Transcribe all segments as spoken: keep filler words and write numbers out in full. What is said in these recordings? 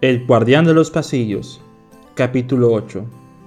El guardián de los pasillos, capítulo ocho.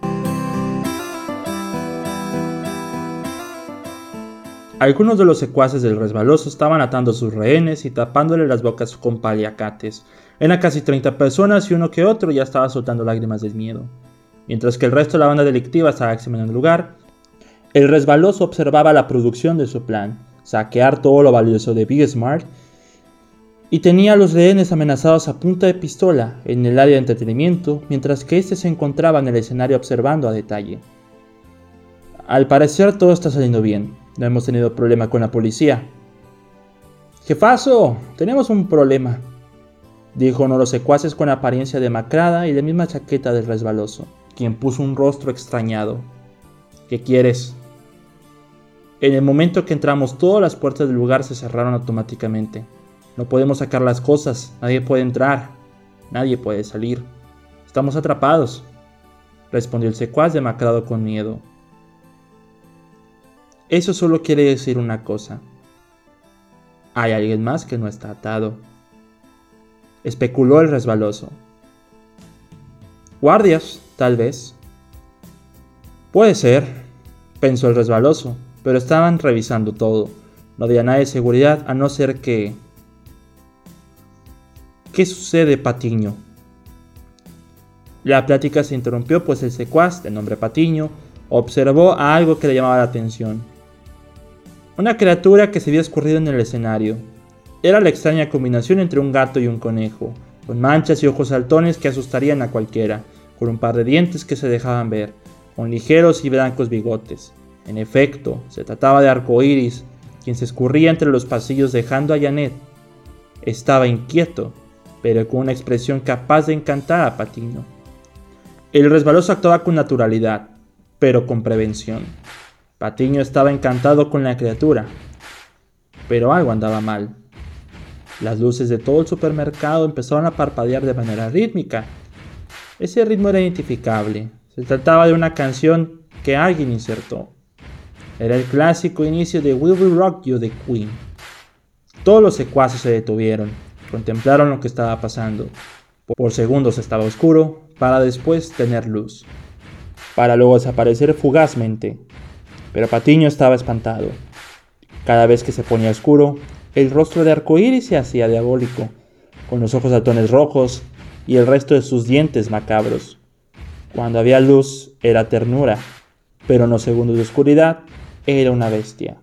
Algunos de los secuaces del resbaloso estaban atando a sus rehenes y tapándole las bocas con paliacates. Eran casi treinta personas y uno que otro ya estaba soltando lágrimas de miedo. Mientras que el resto de la banda delictiva estaba examinando el lugar, el resbaloso observaba la producción de su plan, saquear todo lo valioso de Big Smart, y tenía a los rehenes amenazados a punta de pistola en el área de entretenimiento, mientras que este se encontraba en el escenario observando a detalle. Al parecer todo está saliendo bien, no hemos tenido problema con la policía. «Jefazo, tenemos un problema», dijo uno de los secuaces con apariencia demacrada y la misma chaqueta del resbaloso, quien puso un rostro extrañado. «¿Qué quieres?» En el momento que entramos, todas las puertas del lugar se cerraron automáticamente. No podemos sacar las cosas, nadie puede entrar, nadie puede salir. Estamos atrapados, respondió el secuaz demacrado con miedo. Eso solo quiere decir una cosa. Hay alguien más que no está atado, especuló el resbaloso. Guardias, tal vez. Puede ser, pensó el resbaloso, pero estaban revisando todo. No había nadie de seguridad a no ser que... ¿Qué sucede, Patiño? La plática se interrumpió pues el secuaz, de nombre Patiño, observó a algo que le llamaba la atención. Una criatura que se había escurrido en el escenario. Era la extraña combinación entre un gato y un conejo, con manchas y ojos saltones que asustarían a cualquiera, con un par de dientes que se dejaban ver, con ligeros y blancos bigotes. En efecto, se trataba de Arcoiris, quien se escurría entre los pasillos dejando a Janet. Estaba inquieto, pero con una expresión capaz de encantar a Patiño. El resbaloso actuaba con naturalidad, pero con prevención. Patiño estaba encantado con la criatura, pero algo andaba mal. Las luces de todo el supermercado empezaron a parpadear de manera rítmica. Ese ritmo era identificable. Se trataba de una canción que alguien insertó. Era el clásico inicio de We Will Rock You de Queen. Todos los secuaces se detuvieron. Contemplaron lo que estaba pasando. Por segundos estaba oscuro, para después tener luz, para luego desaparecer fugazmente. Pero Patiño estaba espantado. Cada vez que se ponía oscuro, el rostro de Arcoiris se hacía diabólico, con los ojos saltones rojos y el resto de sus dientes macabros. Cuando había luz, era ternura, pero en los segundos de oscuridad, era una bestia.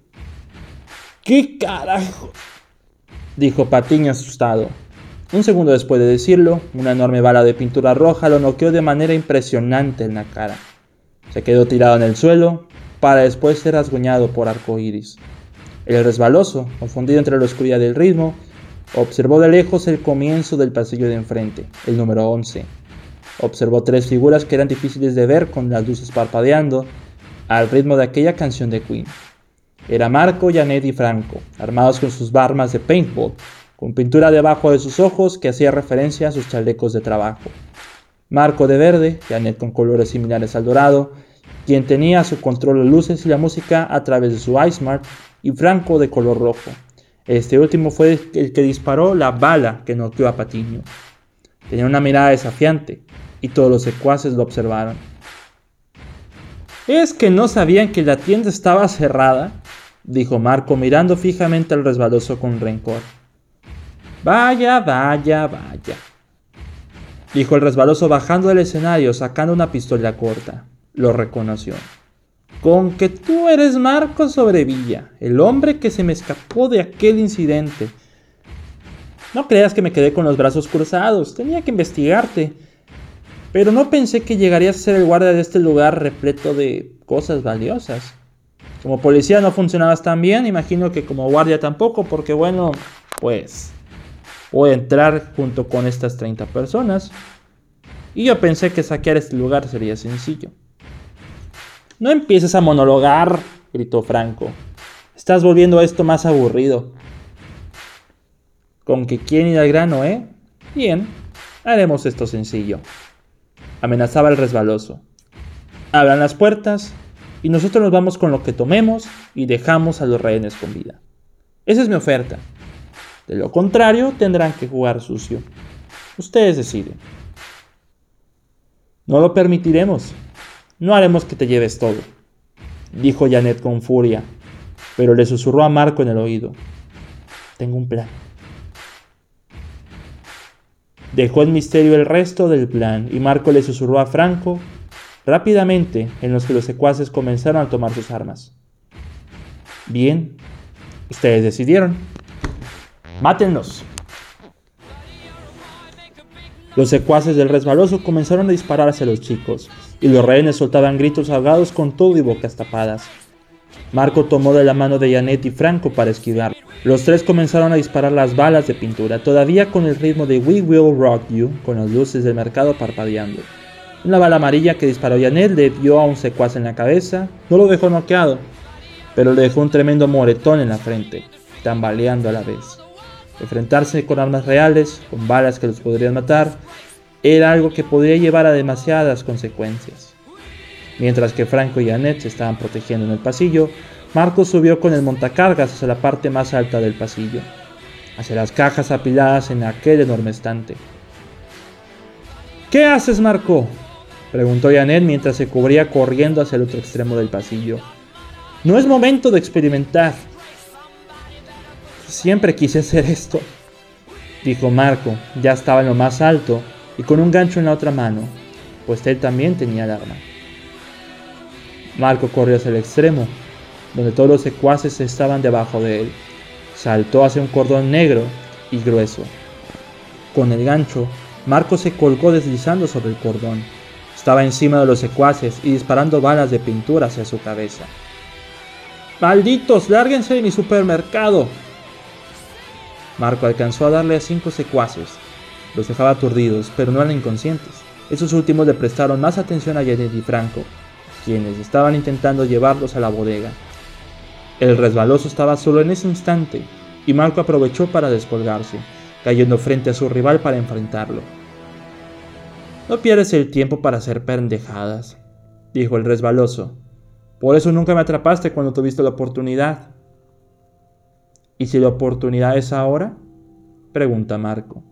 ¿Qué carajo?, dijo Patiño asustado. Un segundo después de decirlo, una enorme bala de pintura roja lo noqueó de manera impresionante en la cara. Se quedó tirado en el suelo, para después ser rasguñado por Arcoiris. El resbaloso, confundido entre la oscuridad y el ritmo, observó de lejos el comienzo del pasillo de enfrente, el número once. Observó tres figuras que eran difíciles de ver con las luces parpadeando, al ritmo de aquella canción de Queen. Era Marco, Janet y Franco, armados con sus armas de paintball, con pintura debajo de sus ojos que hacía referencia a sus chalecos de trabajo. Marco de verde, Janet con colores similares al dorado, quien tenía a su control las luces y la música a través de su iSmart, y Franco de color rojo. Este último fue el que disparó la bala que noqueó a Patiño. Tenía una mirada desafiante, y todos los secuaces lo observaron. ¿Es que no sabían que la tienda estaba cerrada?, dijo Marco mirando fijamente al resbaloso con rencor. Vaya, vaya, vaya, dijo el resbaloso bajando del escenario sacando una pistola corta. Lo reconoció. Con que tú eres Marco Sobrevilla, el hombre que se me escapó de aquel incidente. No creas que me quedé con los brazos cruzados, tenía que investigarte. Pero no pensé que llegarías a ser el guardia de este lugar repleto de cosas valiosas. Como policía no funcionabas tan bien, imagino que como guardia tampoco, porque bueno, pues voy a entrar junto con estas treinta personas. Y yo pensé que saquear este lugar sería sencillo. No empieces a monologar, gritó Franco. Estás volviendo esto más aburrido. Con que quieren ir al grano, ¿eh? Bien, haremos esto sencillo. Amenazaba el resbaloso. Abran las puertas y nosotros nos vamos con lo que tomemos y dejamos a los rehenes con vida. Esa es mi oferta. De lo contrario, tendrán que jugar sucio. Ustedes deciden. No lo permitiremos. No haremos que te lleves todo, dijo Janet con furia, pero le susurró a Marco en el oído. Tengo un plan. Dejó en misterio el resto del plan y Marco le susurró a Franco rápidamente, en los que los secuaces comenzaron a tomar sus armas. Bien, ustedes decidieron. ¡Mátenlos! Los secuaces del resbaloso comenzaron a disparar hacia los chicos, y los rehenes soltaban gritos ahogados con todo y bocas tapadas. Marco tomó de la mano de Janet y Franco para esquivar. Los tres comenzaron a disparar las balas de pintura, todavía con el ritmo de We Will Rock You, con las luces del mercado parpadeando. Una bala amarilla que disparó Janet le dio a un secuaz en la cabeza, no lo dejó noqueado, pero le dejó un tremendo moretón en la frente, tambaleando a la vez. Enfrentarse con armas reales, con balas que los podrían matar, era algo que podría llevar a demasiadas consecuencias. Mientras que Franco y Janet se estaban protegiendo en el pasillo, Marco subió con el montacargas hacia la parte más alta del pasillo, hacia las cajas apiladas en aquel enorme estante. ¿Qué haces, Marco?, preguntó Janet mientras se cubría corriendo hacia el otro extremo del pasillo. No es momento de experimentar. Siempre quise hacer esto, dijo Marco. Ya estaba en lo más alto y con un gancho en la otra mano, pues él también tenía el arma. Marco corrió hacia el extremo, donde todos los secuaces estaban debajo de él. Saltó hacia un cordón negro y grueso. Con el gancho, Marco se colgó deslizando sobre el cordón. Estaba encima de los secuaces y disparando balas de pintura hacia su cabeza. ¡Malditos, lárguense de mi supermercado! Marco alcanzó a darle a cinco secuaces. Los dejaba aturdidos, pero no eran inconscientes. Esos últimos le prestaron más atención a Janet y Franco, quienes estaban intentando llevarlos a la bodega. El resbaloso estaba solo en ese instante, y Marco aprovechó para descolgarse, cayendo frente a su rival para enfrentarlo. No pierdes el tiempo para hacer pendejadas, dijo el resbaloso. Por eso nunca me atrapaste cuando tuviste la oportunidad. ¿Y si la oportunidad es ahora?, pregunta Marco.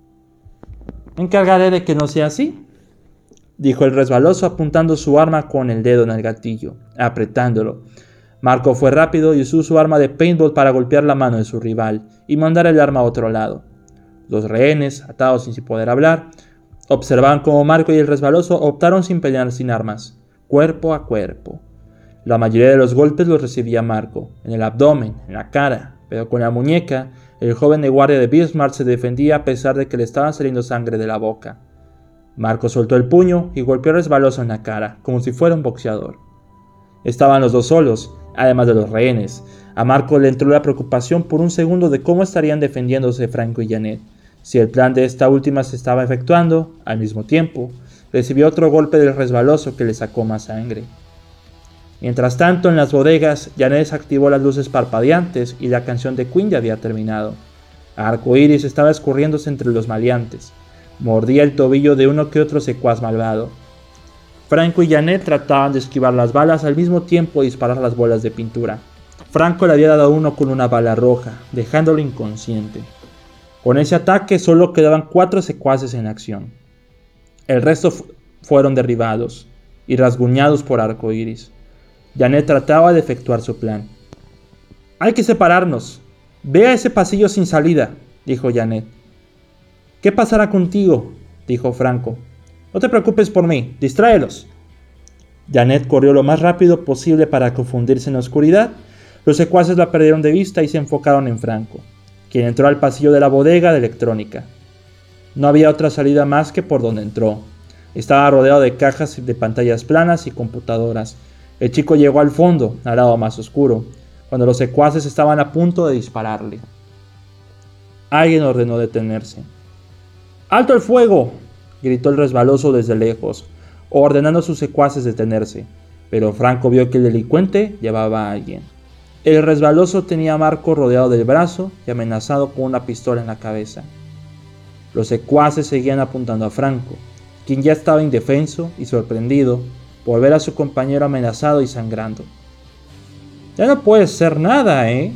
Me encargaré de que no sea así, dijo el resbaloso apuntando su arma con el dedo en el gatillo, apretándolo. Marco fue rápido y usó su arma de paintball para golpear la mano de su rival y mandar el arma a otro lado. Los rehenes, atados sin poder hablar, observaban cómo Marco y el resbaloso optaron sin pelear sin armas, cuerpo a cuerpo. La mayoría de los golpes los recibía Marco, en el abdomen, en la cara, pero con la muñeca, el joven de guardia de Bismarck se defendía a pesar de que le estaba saliendo sangre de la boca. Marco soltó el puño y golpeó al resbaloso en la cara, como si fuera un boxeador. Estaban los dos solos, además de los rehenes. A Marco le entró la preocupación por un segundo de cómo estarían defendiéndose Franco y Janet. Si el plan de esta última se estaba efectuando, al mismo tiempo, recibió otro golpe del resbaloso que le sacó más sangre. Mientras tanto, en las bodegas, Janet activó las luces parpadeantes y la canción de Queen ya había terminado. Arcoiris estaba escurriéndose entre los maleantes. Mordía el tobillo de uno que otro secuaz malvado. Franco y Janet trataban de esquivar las balas al mismo tiempo y disparar las bolas de pintura. Franco le había dado a uno con una bala roja, dejándolo inconsciente. Con ese ataque solo quedaban cuatro secuaces en acción. El resto fu- fueron derribados y rasguñados por Arcoiris. Janet trataba de efectuar su plan. «Hay que separarnos. Ve a ese pasillo sin salida», dijo Janet. «¿Qué pasará contigo?», dijo Franco. «No te preocupes por mí, distráelos». Janet corrió lo más rápido posible para confundirse en la oscuridad. Los secuaces la perdieron de vista y se enfocaron en Franco, quien entró al pasillo de la bodega de electrónica. No había otra salida más que por donde entró. Estaba rodeado de cajas de pantallas planas y computadoras. El chico llegó al fondo, al lado más oscuro, cuando los secuaces estaban a punto de dispararle. Alguien ordenó detenerse. ¡Alto el fuego!, gritó el resbaloso desde lejos, ordenando a sus secuaces detenerse, pero Franco vio que el delincuente llevaba a alguien. El resbaloso tenía a Marco rodeado del brazo y amenazado con una pistola en la cabeza. Los secuaces seguían apuntando a Franco, quien ya estaba indefenso y sorprendido por ver a su compañero amenazado y sangrando. «Ya no puedes hacer nada, ¿eh?»,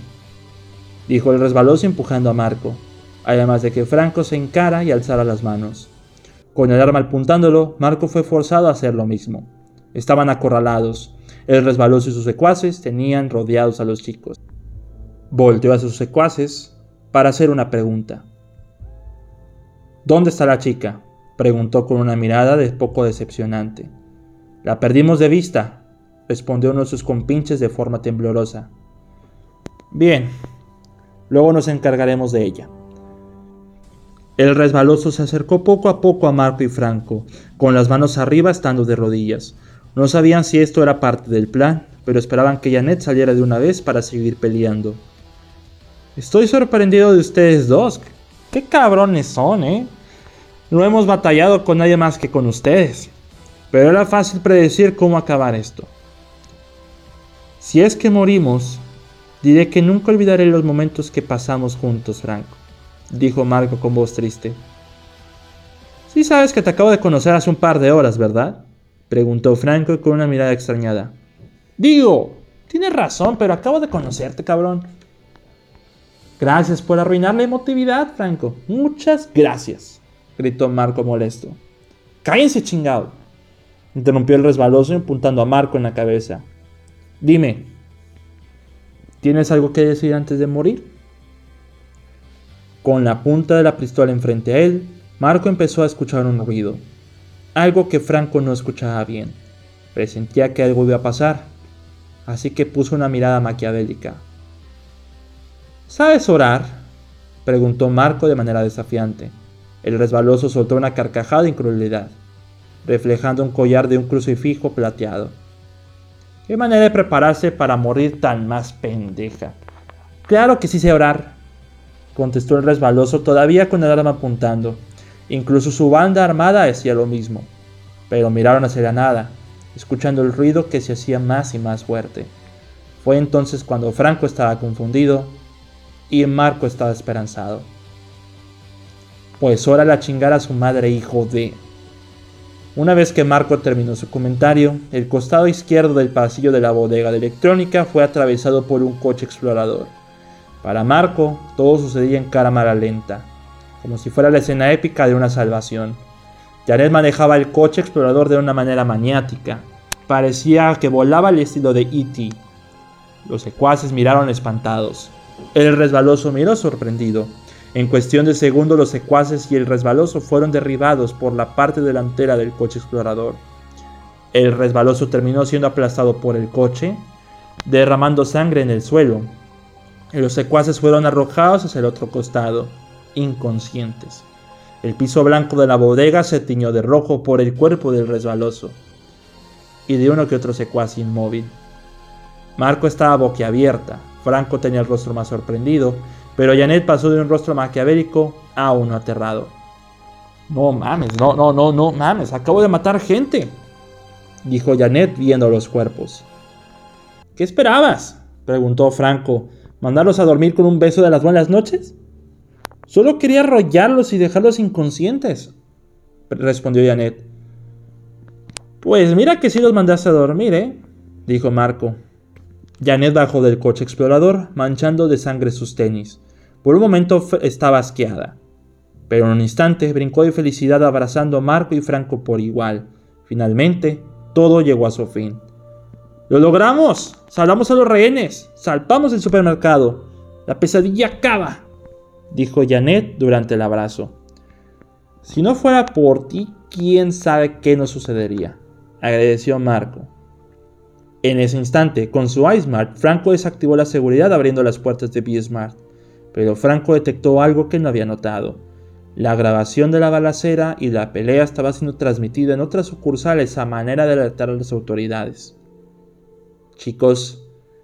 dijo el resbaloso empujando a Marco, además de que Franco se encara y alzara las manos. Con el arma apuntándolo, Marco fue forzado a hacer lo mismo. Estaban acorralados. El Resbaloso y sus secuaces tenían rodeados a los chicos. Volteó a sus secuaces para hacer una pregunta. ¿Dónde está la chica?, preguntó con una mirada de poco decepcionante. La perdimos de vista, respondió uno de sus compinches de forma temblorosa. Bien, luego nos encargaremos de ella. El Resbaloso se acercó poco a poco a Marco y Franco, con las manos arriba estando de rodillas. No sabían si esto era parte del plan, pero esperaban que Janet saliera de una vez para seguir peleando. Estoy sorprendido de ustedes dos. Qué cabrones son, ¿eh? No hemos batallado con nadie más que con ustedes. Pero era fácil predecir cómo acabar esto. Si es que morimos, diré que nunca olvidaré los momentos que pasamos juntos, Franco, dijo Marco con voz triste. Sí sabes que te acabo de conocer hace un par de horas, ¿verdad?, preguntó Franco con una mirada extrañada. Digo, tienes razón, pero acabo de conocerte, cabrón. Gracias por arruinar la emotividad, Franco. Muchas gracias, gritó Marco molesto. Cállense, chingado, interrumpió el Resbaloso apuntando a Marco en la cabeza. Dime, ¿tienes algo que decir antes de morir? Con la punta de la pistola enfrente a él, Marco empezó a escuchar un ruido. Algo que Franco no escuchaba bien. Presentía que algo iba a pasar, así que puso una mirada maquiavélica. ¿Sabes orar?, preguntó Marco de manera desafiante. El Resbaloso soltó una carcajada de incredulidad, reflejando un collar de un crucifijo plateado. ¿Qué manera de prepararse para morir tan más pendeja? Claro que sí sé orar, contestó el Resbaloso todavía con el arma apuntando. Incluso su banda armada hacía lo mismo, pero miraron hacia la nada, escuchando el ruido que se hacía más y más fuerte. Fue entonces cuando Franco estaba confundido y Marco estaba esperanzado. Pues hora la chingara a su madre, hijo de... Una vez que Marco terminó su comentario, el costado izquierdo del pasillo de la bodega de electrónica fue atravesado por un coche explorador. Para Marco, todo sucedía en cámara lenta, como si fuera la escena épica de una salvación. Janet manejaba el coche explorador de una manera maniática. Parecía que volaba al estilo de E T Los secuaces miraron espantados. El Resbaloso miró sorprendido. En cuestión de segundos, los secuaces y el Resbaloso fueron derribados por la parte delantera del coche explorador. El Resbaloso terminó siendo aplastado por el coche, derramando sangre en el suelo, y los secuaces fueron arrojados hacia el otro costado, inconscientes. El piso blanco de la bodega se tiñó de rojo por el cuerpo del Resbaloso y de uno que otro secuaz inmóvil. Marco estaba boquiabierta, Franco tenía el rostro más sorprendido, pero Janet pasó de un rostro maquiavélico a uno aterrado. No mames, no, no, no, no mames, acabo de matar gente, dijo Janet viendo los cuerpos. ¿Qué esperabas?, preguntó Franco. ¿Mandarlos a dormir con un beso de las buenas noches? Solo quería arrollarlos y dejarlos inconscientes, respondió Janet. Pues mira que sí los mandaste a dormir, ¿eh?, dijo Marco. Janet bajó del coche explorador, manchando de sangre sus tenis. Por un momento estaba asqueada, pero en un instante brincó de felicidad abrazando a Marco y Franco por igual. Finalmente, todo llegó a su fin. ¡Lo logramos! ¡Salvamos a los rehenes! ¡Salvamos el supermercado! ¡La pesadilla acaba!, dijo Janet durante el abrazo. Si no fuera por ti, quién sabe qué nos sucedería, agradeció Marco. En ese instante, con su iSmart, Franco desactivó la seguridad abriendo las puertas de B-Smart, pero Franco detectó algo que no había notado. La grabación de la balacera y la pelea estaba siendo transmitida en otras sucursales a manera de alertar a las autoridades. Chicos,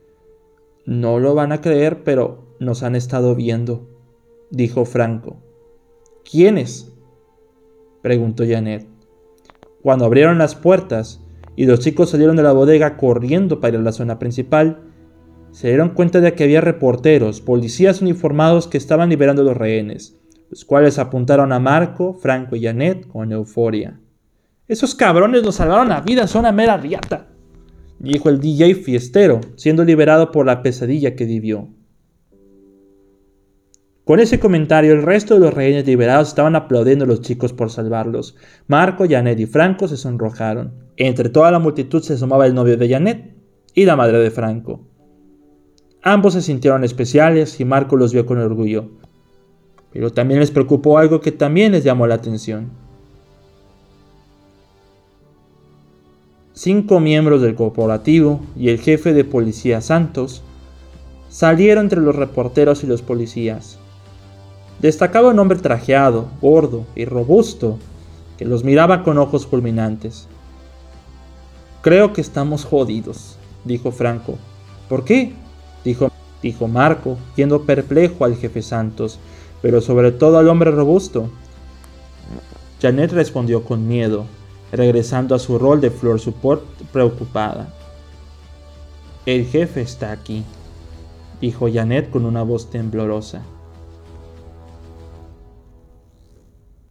no lo van a creer, pero nos han estado viendo, dijo Franco. ¿Quiénes?, preguntó Janet. Cuando abrieron las puertas y los chicos salieron de la bodega corriendo para ir a la zona principal, se dieron cuenta de que había reporteros, policías uniformados que estaban liberando a los rehenes, los cuales apuntaron a Marco, Franco y Janet con euforia. «Esos cabrones nos salvaron la vida, son una mera riata», dijo el D J fiestero, siendo liberado por la pesadilla que vivió. Con ese comentario, el resto de los rehenes liberados estaban aplaudiendo a los chicos por salvarlos. Marco, Janet y Franco se sonrojaron. Entre toda la multitud se asomaba el novio de Janet y la madre de Franco. Ambos se sintieron especiales y Marco los vio con orgullo. Pero también les preocupó algo que también les llamó la atención. Cinco miembros del corporativo y el jefe de policía Santos salieron entre los reporteros y los policías. Destacaba un hombre trajeado, gordo y robusto, que los miraba con ojos fulminantes. «Creo que estamos jodidos», dijo Franco. «¿Por qué?», dijo, dijo Marco, viendo perplejo al jefe Santos, pero sobre todo al hombre robusto. Janet respondió con miedo, regresando a su rol de floor support preocupada. «El jefe está aquí», dijo Janet con una voz temblorosa.